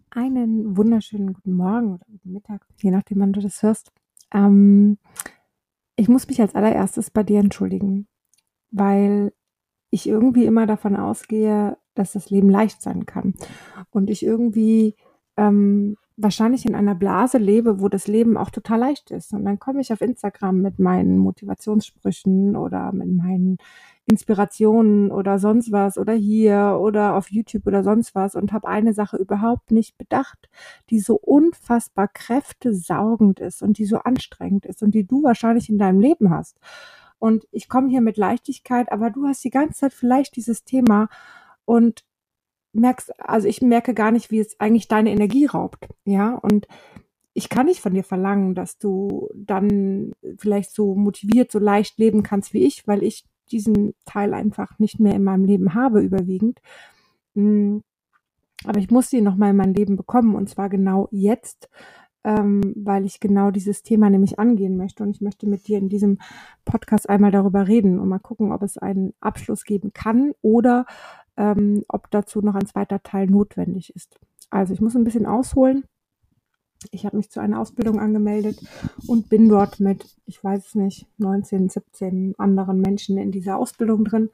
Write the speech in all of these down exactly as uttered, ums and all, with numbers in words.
Einen wunderschönen guten Morgen oder guten Mittag, je nachdem, wann du das hörst. Ähm, ich muss mich als allererstes bei dir entschuldigen, weil ich irgendwie immer davon ausgehe, dass das Leben leicht sein kann. Und ich irgendwie ähm, wahrscheinlich in einer Blase lebe, wo das Leben auch total leicht ist. Und dann komme ich auf Instagram mit meinen Motivationssprüchen oder mit meinen Inspirationen oder sonst was oder hier oder auf YouTube oder sonst was und habe eine Sache überhaupt nicht bedacht, die so unfassbar kräftesaugend ist und die so anstrengend ist und die du wahrscheinlich in deinem Leben hast. Und ich komme hier mit Leichtigkeit, aber du hast die ganze Zeit vielleicht dieses Thema und merkst, also ich merke gar nicht, wie es eigentlich deine Energie raubt, ja, und ich kann nicht von dir verlangen, dass du dann vielleicht so motiviert, so leicht leben kannst wie ich, weil ich diesen Teil einfach nicht mehr in meinem Leben habe, überwiegend. Mm, Aber ich muss ihn noch mal in mein Leben bekommen und zwar genau jetzt, ähm, weil ich genau dieses Thema nämlich angehen möchte und ich möchte mit dir in diesem Podcast einmal darüber reden und mal gucken, ob es einen Abschluss geben kann oder ähm, ob dazu noch ein zweiter Teil notwendig ist. Also ich muss ein bisschen ausholen. Ich habe mich zu einer Ausbildung angemeldet und bin dort mit, ich weiß es nicht, neunzehn, siebzehn anderen Menschen in dieser Ausbildung drin.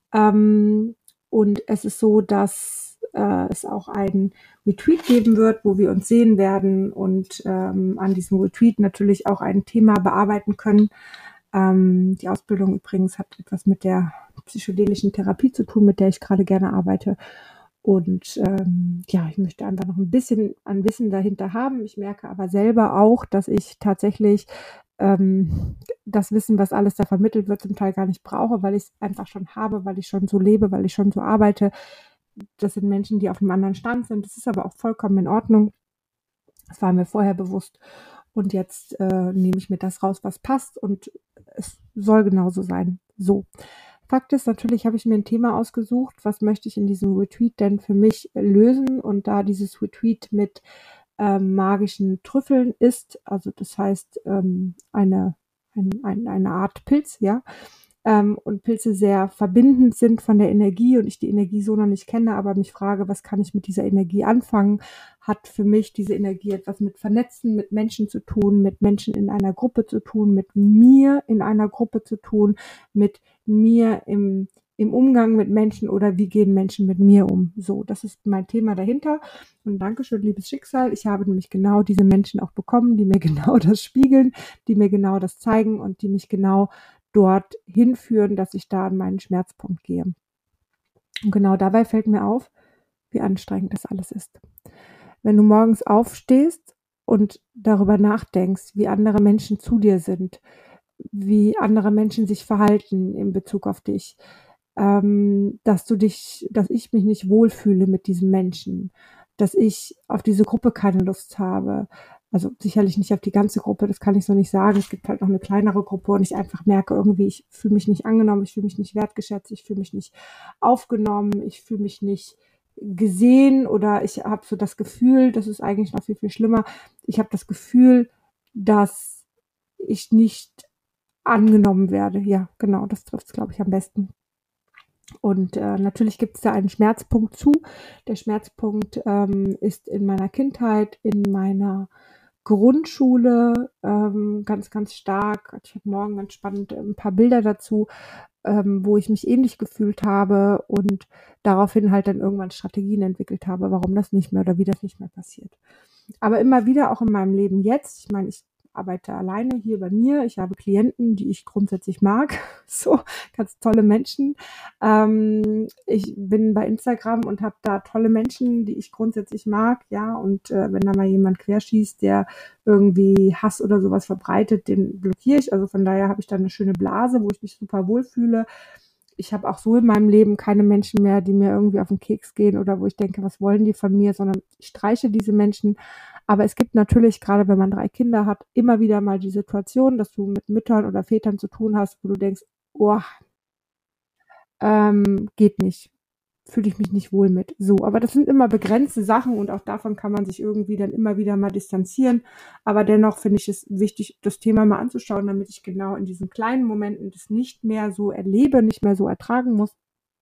Ähm, und es ist so, dass äh, es auch einen Retreat geben wird, wo wir uns sehen werden und ähm, an diesem Retreat natürlich auch ein Thema bearbeiten können. Ähm, die Ausbildung übrigens hat etwas mit der psychedelischen Therapie zu tun, mit der ich gerade gerne arbeite. Und ähm, ja, ich möchte einfach noch ein bisschen an Wissen dahinter haben. Ich merke aber selber auch, dass ich tatsächlich ähm, das Wissen, was alles da vermittelt wird, zum Teil gar nicht brauche, weil ich es einfach schon habe, weil ich schon so lebe, weil ich schon so arbeite. Das sind Menschen, die auf einem anderen Stand sind. Das ist aber auch vollkommen in Ordnung. Das war mir vorher bewusst. Und jetzt äh, nehme ich mir das raus, was passt. Und es soll genauso sein. So. Fakt ist, natürlich habe ich mir ein Thema ausgesucht, was möchte ich in diesem Retreat denn für mich lösen? Und da dieses Retreat mit ähm, magischen Trüffeln ist, also das heißt ähm, eine, ein, ein, eine Art Pilz, ja, ähm, und Pilze sehr verbindend sind von der Energie und ich die Energie so noch nicht kenne, aber mich frage, was kann ich mit dieser Energie anfangen, hat für mich diese Energie etwas mit Vernetzen, mit Menschen zu tun, mit Menschen in einer Gruppe zu tun, mit mir in einer Gruppe zu tun, mit mir im, im Umgang mit Menschen oder wie gehen Menschen mit mir um. So, das ist mein Thema dahinter. Und Dankeschön, liebes Schicksal. Ich habe nämlich genau diese Menschen auch bekommen, die mir genau das spiegeln, die mir genau das zeigen und die mich genau dort hinführen, dass ich da an meinen Schmerzpunkt gehe. Und genau dabei fällt mir auf, wie anstrengend das alles ist. Wenn du morgens aufstehst und darüber nachdenkst, wie andere Menschen zu dir sind, wie andere Menschen sich verhalten in Bezug auf dich, ähm, dass du dich, dass ich mich nicht wohlfühle mit diesem Menschen, dass ich auf diese Gruppe keine Lust habe. Also sicherlich nicht auf die ganze Gruppe, das kann ich so nicht sagen. Es gibt halt noch eine kleinere Gruppe und ich einfach merke irgendwie, ich fühle mich nicht angenommen, ich fühle mich nicht wertgeschätzt, ich fühle mich nicht aufgenommen, ich fühle mich nicht gesehen oder ich habe so das Gefühl, das ist eigentlich noch viel, viel schlimmer, ich habe das Gefühl, dass ich nicht angenommen werde. Ja, genau, das trifft es, glaube ich, am besten. Und äh, natürlich gibt es da einen Schmerzpunkt zu. Der Schmerzpunkt ähm, ist in meiner Kindheit, in meiner Grundschule ähm, ganz, ganz stark. Ich habe morgen ganz spannend ein paar Bilder dazu, ähm, wo ich mich ähnlich gefühlt habe und daraufhin halt dann irgendwann Strategien entwickelt habe, warum das nicht mehr oder wie das nicht mehr passiert. Aber immer wieder auch in meinem Leben jetzt, ich meine, ich arbeite alleine hier bei mir, ich habe Klienten, die ich grundsätzlich mag, so ganz tolle Menschen. Ähm, ich bin bei Instagram und habe da tolle Menschen, die ich grundsätzlich mag, ja, und äh, wenn da mal jemand querschießt, der irgendwie Hass oder sowas verbreitet, den blockiere ich. Also von daher habe ich da eine schöne Blase, wo ich mich super wohlfühle. Ich habe auch so in meinem Leben keine Menschen mehr, die mir irgendwie auf den Keks gehen oder wo ich denke, was wollen die von mir, sondern ich streiche diese Menschen. Aber es gibt natürlich, gerade wenn man drei Kinder hat, immer wieder mal die Situation, dass du mit Müttern oder Vätern zu tun hast, wo du denkst, oh, ähm, geht nicht. Fühle ich mich nicht wohl mit. So, aber das sind immer begrenzte Sachen und auch davon kann man sich irgendwie dann immer wieder mal distanzieren. Aber dennoch finde ich es wichtig, das Thema mal anzuschauen, damit ich genau in diesen kleinen Momenten das nicht mehr so erlebe, nicht mehr so ertragen muss.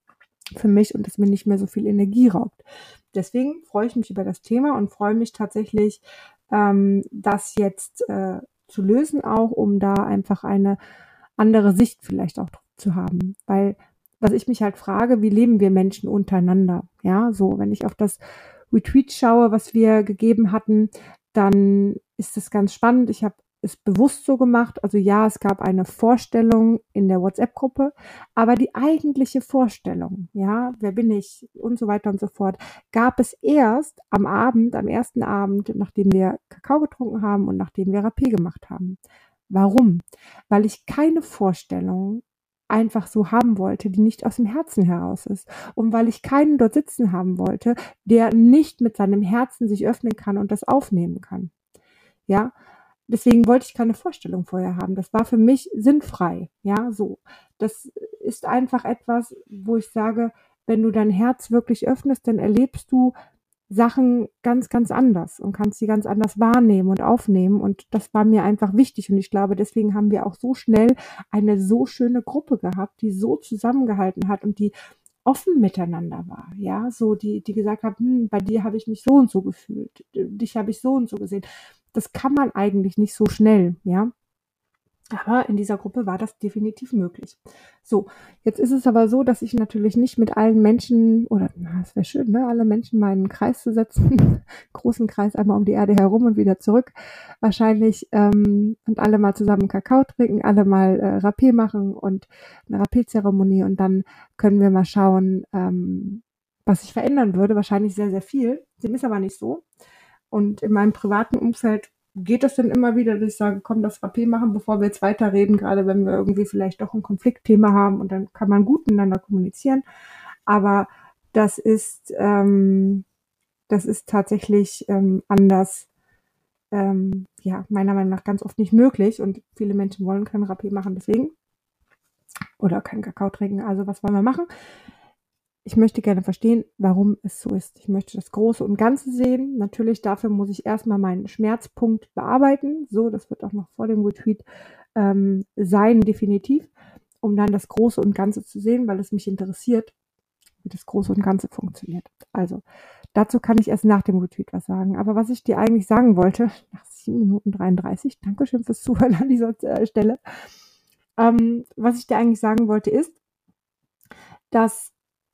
für mich und es mir nicht mehr so viel Energie raubt. Deswegen freue ich mich über das Thema und freue mich tatsächlich, ähm, das jetzt äh, zu lösen auch, um da einfach eine andere Sicht vielleicht auch zu haben. Weil, was ich mich halt frage, wie leben wir Menschen untereinander? Ja, so, wenn ich auf das Retreat schaue, was wir gegeben hatten, dann ist es ganz spannend. Ich habe es bewusst so gemacht. Also ja, es gab eine Vorstellung in der WhatsApp-Gruppe, aber die eigentliche Vorstellung, ja, wer bin ich und so weiter und so fort, gab es erst am Abend, am ersten Abend, nachdem wir Kakao getrunken haben und nachdem wir Rapé gemacht haben. Warum? Weil ich keine Vorstellung einfach so haben wollte, die nicht aus dem Herzen heraus ist. Und weil ich keinen dort sitzen haben wollte, der nicht mit seinem Herzen sich öffnen kann und das aufnehmen kann. Ja, deswegen wollte ich keine Vorstellung vorher haben. Das war für mich sinnfrei. Ja, so. Das ist einfach etwas, wo ich sage, wenn du dein Herz wirklich öffnest, dann erlebst du Sachen ganz, ganz anders und kannst sie ganz anders wahrnehmen und aufnehmen. Und das war mir einfach wichtig. Und ich glaube, deswegen haben wir auch so schnell eine so schöne Gruppe gehabt, die so zusammengehalten hat und die offen miteinander war. Ja, so die, die gesagt hat, hm, bei dir habe ich mich so und so gefühlt, dich habe ich so und so gesehen. Das kann man eigentlich nicht so schnell, ja. Aber in dieser Gruppe war das definitiv möglich. So, jetzt ist es aber so, dass ich natürlich nicht mit allen Menschen, oder na, es wäre schön, ne, alle Menschen mal in einen Kreis zu setzen, großen Kreis einmal um die Erde herum und wieder zurück, wahrscheinlich, ähm, und alle mal zusammen Kakao trinken, alle mal äh, Rapé machen und eine Rapé-Zeremonie und dann können wir mal schauen, ähm, was sich verändern würde. Wahrscheinlich sehr, sehr viel. Dem ist aber nicht so. Und in meinem privaten Umfeld geht es dann immer wieder, dass ich sage, komm, das Rapé machen, bevor wir jetzt weiterreden, gerade wenn wir irgendwie vielleicht doch ein Konfliktthema haben und dann kann man gut miteinander kommunizieren. Aber das ist, ähm, das ist tatsächlich ähm, anders, ähm, ja, meiner Meinung nach ganz oft nicht möglich und viele Menschen wollen kein Rapé machen, deswegen. Oder keinen Kakao trinken. Also was wollen wir machen? Ich möchte gerne verstehen, warum es so ist. Ich möchte das Große und Ganze sehen. Natürlich dafür muss ich erstmal meinen Schmerzpunkt bearbeiten. So, das wird auch noch vor dem Retreat ähm, sein, definitiv, um dann das Große und Ganze zu sehen, weil es mich interessiert, wie das Große und Ganze funktioniert. Also, dazu kann ich erst nach dem Retreat was sagen. Aber was ich dir eigentlich sagen wollte, nach sieben Minuten dreiunddreißig, Dankeschön fürs Zuhören an dieser äh, Stelle, ähm, was ich dir eigentlich sagen wollte, ist, dass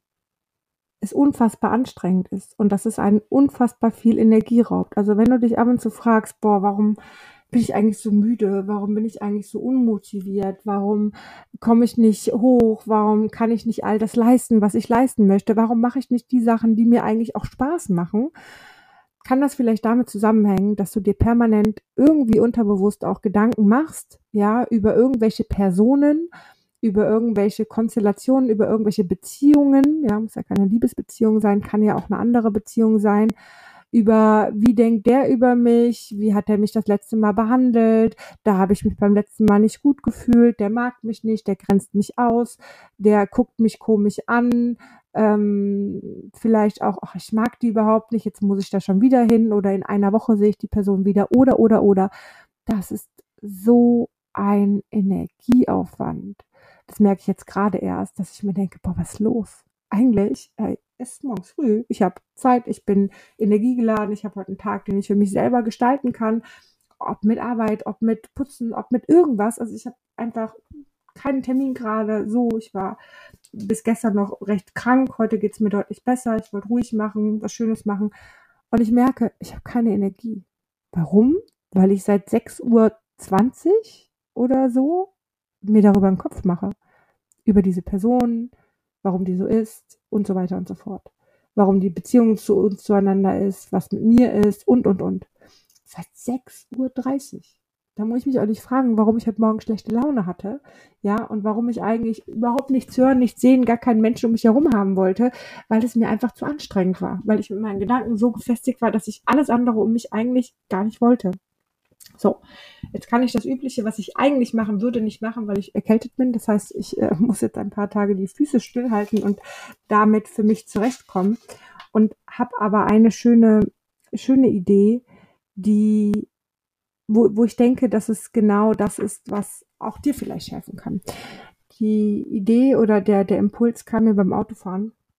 es unfassbar anstrengend ist und dass es einen unfassbar viel Energie raubt. Also wenn du dich ab und zu fragst, boah, warum bin ich eigentlich so müde? Warum bin ich eigentlich so unmotiviert? Warum komme ich nicht hoch? Warum kann ich nicht all das leisten, was ich leisten möchte? Warum mache ich nicht die Sachen, die mir eigentlich auch Spaß machen? Kann das vielleicht damit zusammenhängen, dass du dir permanent irgendwie unterbewusst auch Gedanken machst, ja, über irgendwelche Personen, über irgendwelche Konstellationen, über irgendwelche Beziehungen, ja, muss ja keine Liebesbeziehung sein, kann ja auch eine andere Beziehung sein, über wie denkt der über mich, wie hat er mich das letzte Mal behandelt, da habe ich mich beim letzten Mal nicht gut gefühlt, der mag mich nicht, der grenzt mich aus, der guckt mich komisch an, ähm, vielleicht auch, ach, ich mag die überhaupt nicht, jetzt muss ich da schon wieder hin oder in einer Woche sehe ich die Person wieder oder, oder, oder. Das ist so ein Energieaufwand. Das merke ich jetzt gerade erst, dass ich mir denke, boah, was ist los? Eigentlich, äh, es ist morgens früh, ich habe Zeit, ich bin energiegeladen, ich habe heute einen Tag, den ich für mich selber gestalten kann, ob mit Arbeit, ob mit Putzen, ob mit irgendwas. Also ich habe einfach keinen Termin gerade, so, ich war bis gestern noch recht krank, heute geht's mir deutlich besser, ich wollte ruhig machen, was Schönes machen und ich merke, ich habe keine Energie. Warum? Weil ich seit sechs Uhr zwanzig oder so mir darüber einen Kopf mache. Über diese Person, warum die so ist und so weiter und so fort. Warum die Beziehung zu uns zueinander ist, was mit mir ist und, und, und. Seit sechs Uhr dreißig. Da muss ich mich auch nicht fragen, warum ich heute Morgen schlechte Laune hatte, ja, und warum ich eigentlich überhaupt nichts hören, nichts sehen, gar keinen Menschen um mich herum haben wollte, weil es mir einfach zu anstrengend war, weil ich mit meinen Gedanken so gefestigt war, dass ich alles andere um mich eigentlich gar nicht wollte. So, jetzt kann ich das Übliche, was ich eigentlich machen würde, nicht machen, weil ich erkältet bin. Das heißt, ich äh, muss jetzt ein paar Tage die Füße stillhalten und damit für mich zurechtkommen. Und habe aber eine schöne, schöne Idee, die, wo, wo ich denke, dass es genau das ist, was auch dir vielleicht helfen kann. Die Idee oder der, der Impuls kam mir beim Autofahren.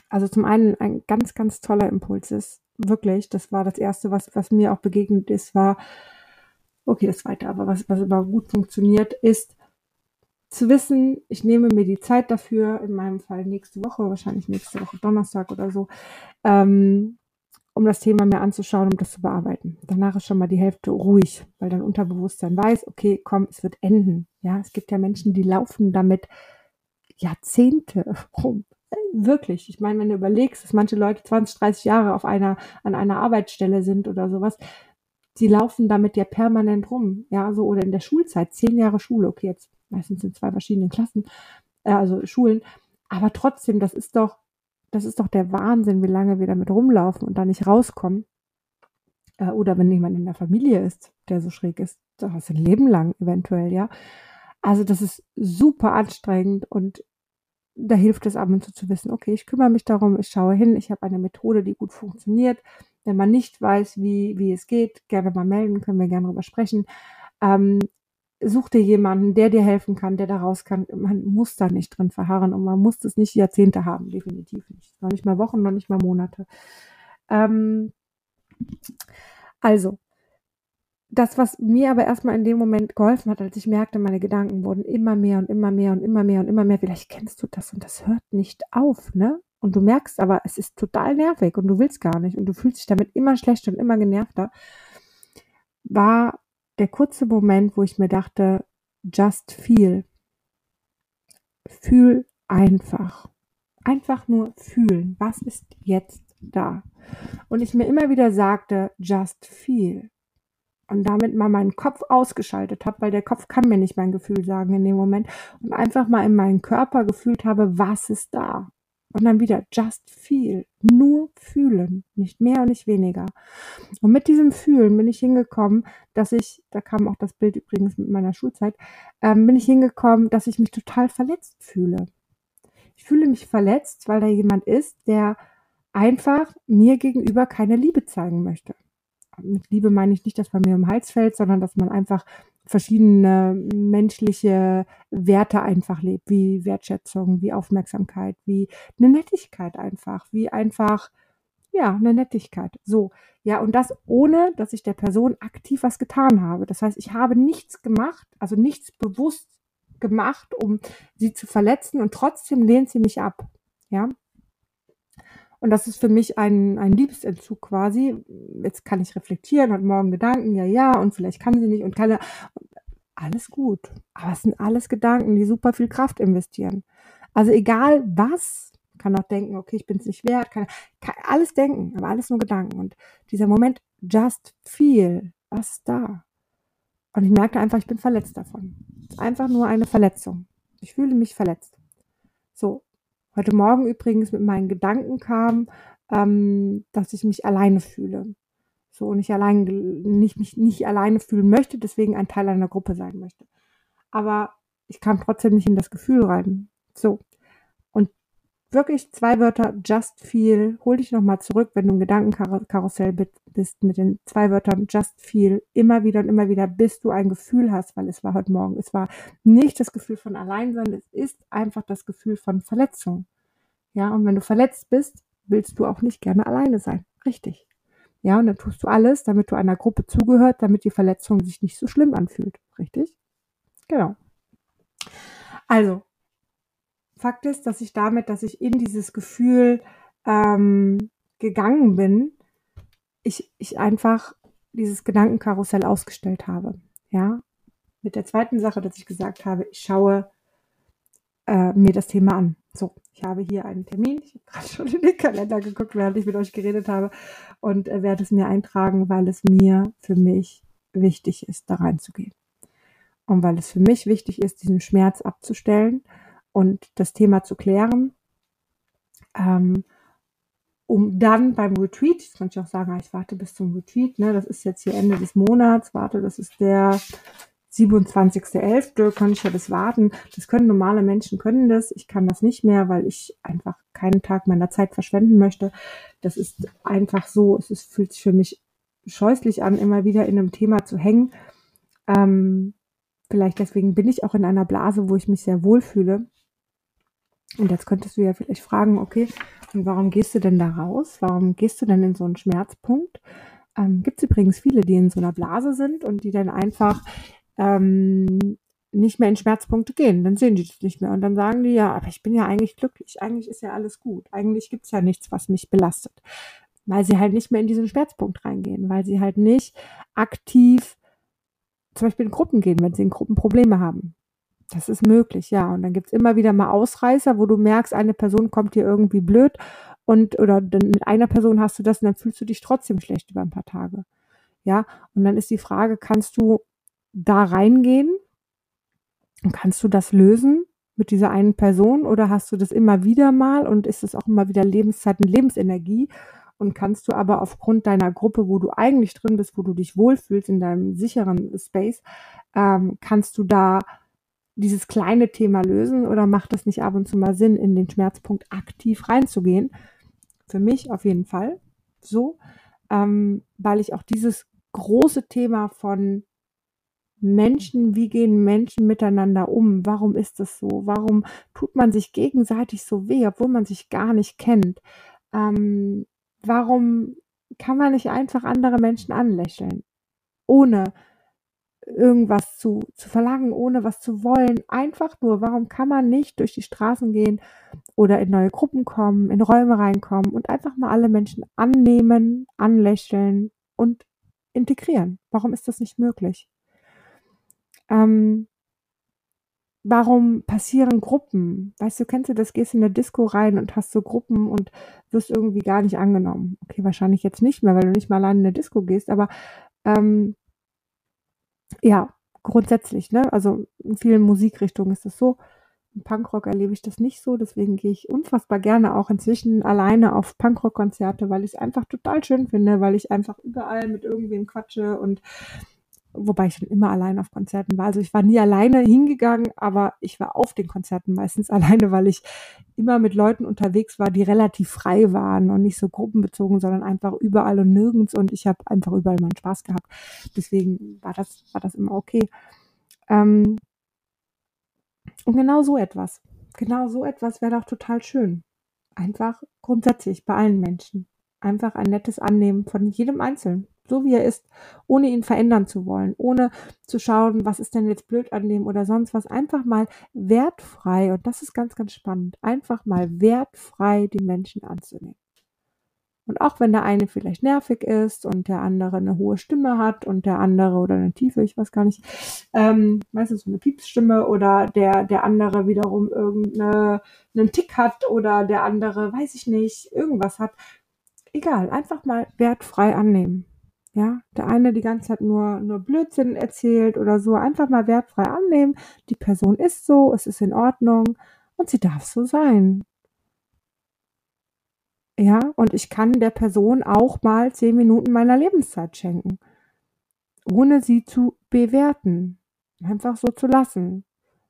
Also zum einen ein ganz, ganz toller Impuls ist, wirklich, das war das Erste, was, was mir auch begegnet ist, war, okay, das Zweite, aber was, was aber gut funktioniert, ist zu wissen, ich nehme mir die Zeit dafür, in meinem Fall nächste Woche, wahrscheinlich nächste Woche Donnerstag oder so, ähm, um das Thema mir anzuschauen, um das zu bearbeiten. Danach ist schon mal die Hälfte ruhig, weil dein Unterbewusstsein weiß, okay, komm, es wird enden. Ja, es gibt ja Menschen, die laufen damit Jahrzehnte rum. Äh, Wirklich. Ich meine, wenn du überlegst, dass manche Leute zwanzig, dreißig Jahre auf einer, an einer Arbeitsstelle sind oder sowas, die laufen damit ja permanent rum. Ja, so, oder in der Schulzeit, zehn Jahre Schule, okay, jetzt meistens in zwei verschiedenen Klassen, äh, also Schulen. Aber trotzdem, das ist doch, das ist doch der Wahnsinn, wie lange wir damit rumlaufen und da nicht rauskommen. Äh, oder wenn jemand in der Familie ist, der so schräg ist, da hast du ein Leben lang eventuell, ja. Also das ist super anstrengend und da hilft es ab und zu zu wissen, okay, ich kümmere mich darum, ich schaue hin, ich habe eine Methode, die gut funktioniert. Wenn man nicht weiß, wie, wie es geht, gerne mal melden, können wir gerne drüber sprechen. Ähm, Such dir jemanden, der dir helfen kann, der da raus kann. Man muss da nicht drin verharren und man muss das nicht Jahrzehnte haben, definitiv nicht. Noch nicht mal Wochen, noch nicht mal Monate. Ähm, also, das, was mir aber erstmal in dem Moment geholfen hat, als ich merkte, meine Gedanken wurden immer mehr und immer mehr und immer mehr und immer mehr. Vielleicht kennst du das und das hört nicht auf, ne? Und du merkst aber, es ist total nervig und du willst gar nicht und du fühlst dich damit immer schlechter und immer genervter. War der kurze Moment, wo ich mir dachte, just feel. Fühl einfach. Einfach nur fühlen. Was ist jetzt da? Und ich mir immer wieder sagte, just feel. Und damit mal meinen Kopf ausgeschaltet habe, weil der Kopf kann mir nicht mein Gefühl sagen in dem Moment und einfach mal in meinen Körper gefühlt habe, was ist da? Und dann wieder just feel, nur fühlen, nicht mehr und nicht weniger. Und mit diesem Fühlen bin ich hingekommen, dass ich, da kam auch das Bild übrigens mit meiner Schulzeit, ähm, bin ich hingekommen, dass ich mich total verletzt fühle. Ich fühle mich verletzt, weil da jemand ist, der einfach mir gegenüber keine Liebe zeigen möchte. Mit Liebe meine ich nicht, dass man mir um den Hals fällt, sondern dass man einfach verschiedene menschliche Werte einfach lebt, wie Wertschätzung, wie Aufmerksamkeit, wie eine Nettigkeit einfach, wie einfach, ja, eine Nettigkeit. So, ja, und das ohne, dass ich der Person aktiv was getan habe. Das heißt, ich habe nichts gemacht, also nichts bewusst gemacht, um sie zu verletzen und trotzdem lehnt sie mich ab. Ja, und das ist für mich ein, ein Liebesentzug quasi. Jetzt kann ich reflektieren und morgen Gedanken, ja, ja, und vielleicht kann sie nicht und kann er. Alles gut. Aber es sind alles Gedanken, die super viel Kraft investieren. Also egal was, kann auch denken, okay, ich bin es nicht wert, kann, kann alles denken, aber alles nur Gedanken. Und dieser Moment, just feel, was ist da? Und ich merkte einfach, ich bin verletzt davon. Einfach nur eine Verletzung. Ich fühle mich verletzt. So, heute Morgen übrigens mit meinen Gedanken kam, ähm, dass ich mich alleine fühle. So und ich allein nicht mich nicht alleine fühlen möchte, deswegen ein Teil einer Gruppe sein möchte. Aber ich kam trotzdem nicht in das Gefühl rein. So. Und wirklich zwei Wörter, just feel, hol dich nochmal zurück, wenn du im Gedankenkarussell bist, mit den zwei Wörtern just feel, immer wieder und immer wieder, bis du ein Gefühl hast, weil es war heute Morgen, es war nicht das Gefühl von Alleinsein, es ist einfach das Gefühl von Verletzung. Ja, und wenn du verletzt bist, willst du auch nicht gerne alleine sein. Richtig. Ja, und dann tust du alles, damit du einer Gruppe zugehört, damit die Verletzung sich nicht so schlimm anfühlt. Richtig? Genau. Also, Fakt ist, dass ich damit, dass ich in dieses Gefühl ähm, gegangen bin, ich, ich einfach dieses Gedankenkarussell ausgestellt habe. Ja, mit der zweiten Sache, dass ich gesagt habe, ich schaue äh, mir das Thema an. So, ich habe hier einen Termin. Ich habe gerade schon in den Kalender geguckt, während ich mit euch geredet habe und äh, werde es mir eintragen, weil es mir für mich wichtig ist, da reinzugehen. Und weil es für mich wichtig ist, diesen Schmerz abzustellen und das Thema zu klären, ähm, um dann beim Retreat, jetzt kann ich auch sagen, ich warte bis zum Retreat, ne, das ist jetzt hier Ende des Monats, warte, das ist der siebenundzwanzigster elfter kann ich ja das warten. Das können normale Menschen, können das. Ich kann das nicht mehr, weil ich einfach keinen Tag meiner Zeit verschwenden möchte. Das ist einfach so, es ist, fühlt sich für mich scheußlich an, immer wieder in einem Thema zu hängen. Ähm, vielleicht deswegen bin ich auch in einer Blase, wo ich mich sehr wohl fühle. Und jetzt könntest du ja vielleicht fragen, okay, und warum gehst du denn da raus? Warum gehst du denn in so einen Schmerzpunkt? Ähm, Gibt es übrigens viele, die in so einer Blase sind und die dann einfach ähm, nicht mehr in Schmerzpunkte gehen. Dann sehen die das nicht mehr und dann sagen die, ja, aber ich bin ja eigentlich glücklich. Eigentlich ist ja alles gut. Eigentlich gibt es ja nichts, was mich belastet. Weil sie halt nicht mehr in diesen Schmerzpunkt reingehen, weil sie halt nicht aktiv zum Beispiel in Gruppen gehen, wenn sie in Gruppen Probleme haben. Das ist möglich, ja. Und dann gibt's immer wieder mal Ausreißer, wo du merkst, eine Person kommt dir irgendwie blöd und oder dann mit einer Person hast du das und dann fühlst du dich trotzdem schlecht über ein paar Tage. Ja, und dann ist die Frage, kannst du da reingehen und kannst du das lösen mit dieser einen Person oder hast du das immer wieder mal und ist es auch immer wieder Lebenszeit und Lebensenergie und kannst du aber aufgrund deiner Gruppe, wo du eigentlich drin bist, wo du dich wohlfühlst, in deinem sicheren Space, ähm, kannst du da dieses kleine Thema lösen oder macht es nicht ab und zu mal Sinn, in den Schmerzpunkt aktiv reinzugehen? Für mich auf jeden Fall so, ähm, weil ich auch dieses große Thema von Menschen, wie gehen Menschen miteinander um? Warum ist das so? Warum tut man sich gegenseitig so weh, obwohl man sich gar nicht kennt? Ähm, warum kann man nicht einfach andere Menschen anlächeln, ohne irgendwas zu, zu verlangen, ohne was zu wollen? Einfach nur, warum kann man nicht durch die Straßen gehen oder in neue Gruppen kommen, in Räume reinkommen und einfach mal alle Menschen annehmen, anlächeln und integrieren? Warum ist das nicht möglich? Ähm, Warum passieren Gruppen? Weißt du, kennst du das? Gehst in 'ne Disco rein und hast so Gruppen und wirst irgendwie gar nicht angenommen. Okay, wahrscheinlich jetzt nicht mehr, weil du nicht mal alleine in 'ne Disco gehst, aber, ähm, ja, grundsätzlich, ne? Also, in vielen Musikrichtungen ist das so. Im Punkrock erlebe ich das nicht so, deswegen gehe ich unfassbar gerne auch inzwischen alleine auf Punkrock-Konzerte, weil ich's einfach total schön finde, weil ich einfach überall mit irgendwem quatsche und wobei ich schon immer alleine auf Konzerten war. Also, ich war nie alleine hingegangen, aber ich war auf den Konzerten meistens alleine, weil ich immer mit Leuten unterwegs war, die relativ frei waren und nicht so gruppenbezogen, sondern einfach überall und nirgends und ich habe einfach überall meinen Spaß gehabt. Deswegen war das war das immer okay. Ähm, und genau so etwas genau so etwas wäre doch total schön. Einfach grundsätzlich bei allen Menschen. Einfach ein nettes Annehmen von jedem Einzelnen, so wie er ist, ohne ihn verändern zu wollen, ohne zu schauen, was ist denn jetzt blöd an dem oder sonst was. Einfach mal wertfrei, und das ist ganz, ganz spannend, einfach mal wertfrei die Menschen anzunehmen. Und auch wenn der eine vielleicht nervig ist und der andere eine hohe Stimme hat und der andere oder eine tiefe, ich weiß gar nicht, ähm, meistens so eine Piepsstimme oder der, der andere wiederum irgendeinen Tick hat oder der andere, weiß ich nicht, irgendwas hat. Egal, einfach mal wertfrei annehmen. Ja, der eine die ganze Zeit nur, nur Blödsinn erzählt oder so, einfach mal wertfrei annehmen. Die Person ist so, es ist in Ordnung und sie darf so sein. Ja, und ich kann der Person auch mal zehn Minuten meiner Lebenszeit schenken, ohne sie zu bewerten. Einfach so zu lassen.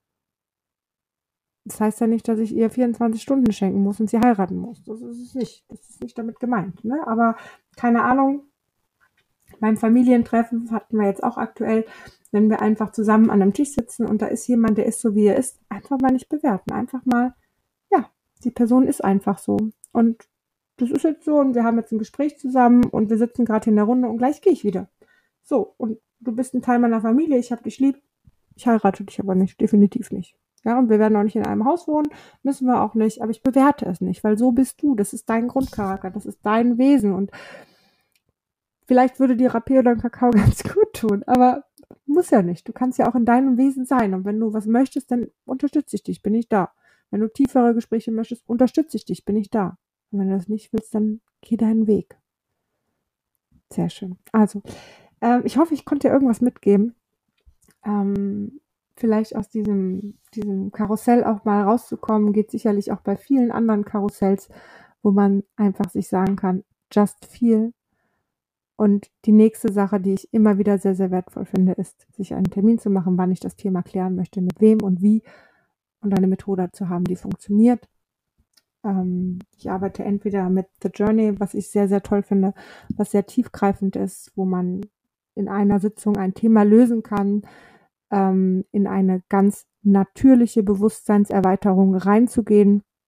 Das heißt ja nicht, dass ich ihr vierundzwanzig Stunden schenken muss und sie heiraten muss. Das ist es nicht. Das ist nicht damit gemeint. Ne? Aber keine Ahnung, beim Familientreffen hatten wir jetzt auch aktuell, wenn wir einfach zusammen an einem Tisch sitzen und da ist jemand, der ist so, wie er ist, einfach mal nicht bewerten. Einfach mal, ja, die Person ist einfach so. Und das ist jetzt so und wir haben jetzt ein Gespräch zusammen und wir sitzen gerade hier in der Runde und gleich gehe ich wieder. So, und du bist ein Teil meiner Familie, ich habe dich lieb, ich heirate dich aber nicht, definitiv nicht. Ja, und wir werden auch nicht in einem Haus wohnen, müssen wir auch nicht, aber ich bewerte es nicht, weil so bist du, das ist dein Grundcharakter, das ist dein Wesen und vielleicht würde dir Rapé oder ein Kakao ganz gut tun, aber muss ja nicht. Du kannst ja auch in deinem Wesen sein und wenn du was möchtest, dann unterstütze ich dich, bin ich da. Wenn du tiefere Gespräche möchtest, unterstütze ich dich, bin ich da. Und wenn du das nicht willst, dann geh deinen Weg. Sehr schön. Also, ähm, ich hoffe, ich konnte dir irgendwas mitgeben. Ähm, vielleicht aus diesem, diesem Karussell auch mal rauszukommen, geht sicherlich auch bei vielen anderen Karussells, wo man einfach sich sagen kann, just feel. Und die nächste Sache, die ich immer wieder sehr, sehr wertvoll finde, ist, sich einen Termin zu machen, wann ich das Thema klären möchte, mit wem und wie und eine Methode zu haben, die funktioniert. Ähm, ich arbeite entweder mit The Journey, was ich sehr, sehr toll finde, was sehr tiefgreifend ist, wo man in einer Sitzung ein Thema lösen kann, ähm, in eine ganz natürliche Bewusstseinserweiterung reinzugehen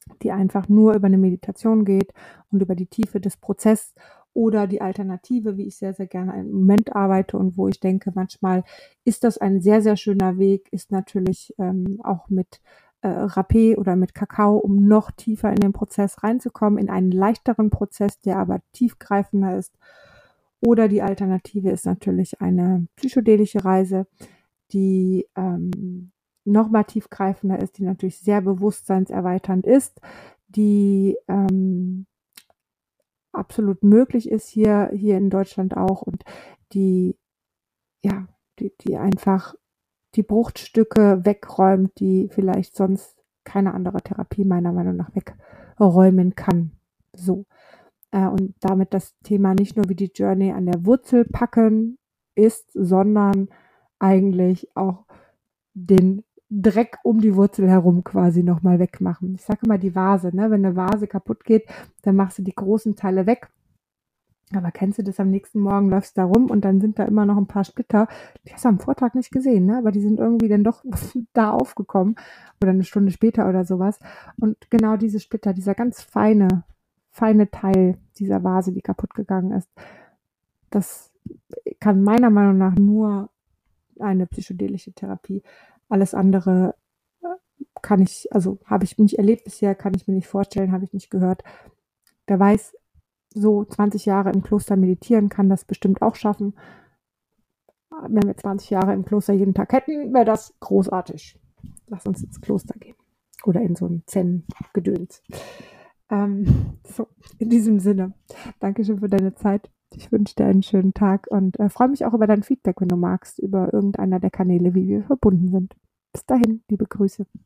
die einfach nur über eine Meditation geht und über die Tiefe des Prozesses, oder die Alternative, wie ich sehr, sehr gerne im Moment arbeite und wo ich denke, manchmal ist das ein sehr, sehr schöner Weg, ist natürlich ähm, auch mit äh, Rapé oder mit Kakao, um noch tiefer in den Prozess reinzukommen, in einen leichteren Prozess, der aber tiefgreifender ist. Oder die Alternative ist natürlich eine psychedelische Reise, die ähm, nochmal tiefgreifender ist, die natürlich sehr bewusstseinserweiternd ist, die ähm, absolut möglich ist hier, hier in Deutschland auch, und die, ja, die, die einfach die Bruchstücke wegräumt, die vielleicht sonst keine andere Therapie meiner Meinung nach wegräumen kann. So. Äh, und damit das Thema nicht nur wie die Journey an der Wurzel packen ist, sondern eigentlich auch den Dreck um die Wurzel herum quasi nochmal wegmachen. Ich sage immer die Vase, ne? Wenn eine Vase kaputt geht, dann machst du die großen Teile weg. Aber kennst du das, am nächsten Morgen läufst du da rum und dann sind da immer noch ein paar Splitter. Die hast du am Vortag nicht gesehen, ne? Aber die sind irgendwie dann doch da aufgekommen oder eine Stunde später oder sowas. Und genau diese Splitter, dieser ganz feine, feine Teil dieser Vase, die kaputt gegangen ist, das kann meiner Meinung nach nur eine psychedelische Therapie. Alles andere äh, kann ich, also habe ich nicht erlebt bisher, kann ich mir nicht vorstellen, habe ich nicht gehört. Wer weiß, so zwanzig Jahre im Kloster meditieren kann das bestimmt auch schaffen. Wenn wir zwanzig Jahre im Kloster jeden Tag hätten, wäre das großartig. Lass uns ins Kloster gehen. Oder in so ein Zen-Gedöns. Ähm, so, in diesem Sinne, Dankeschön für deine Zeit. Ich wünsche dir einen schönen Tag und äh, freue mich auch über dein Feedback, wenn du magst, über irgendeiner der Kanäle, wie wir verbunden sind. Bis dahin, liebe Grüße.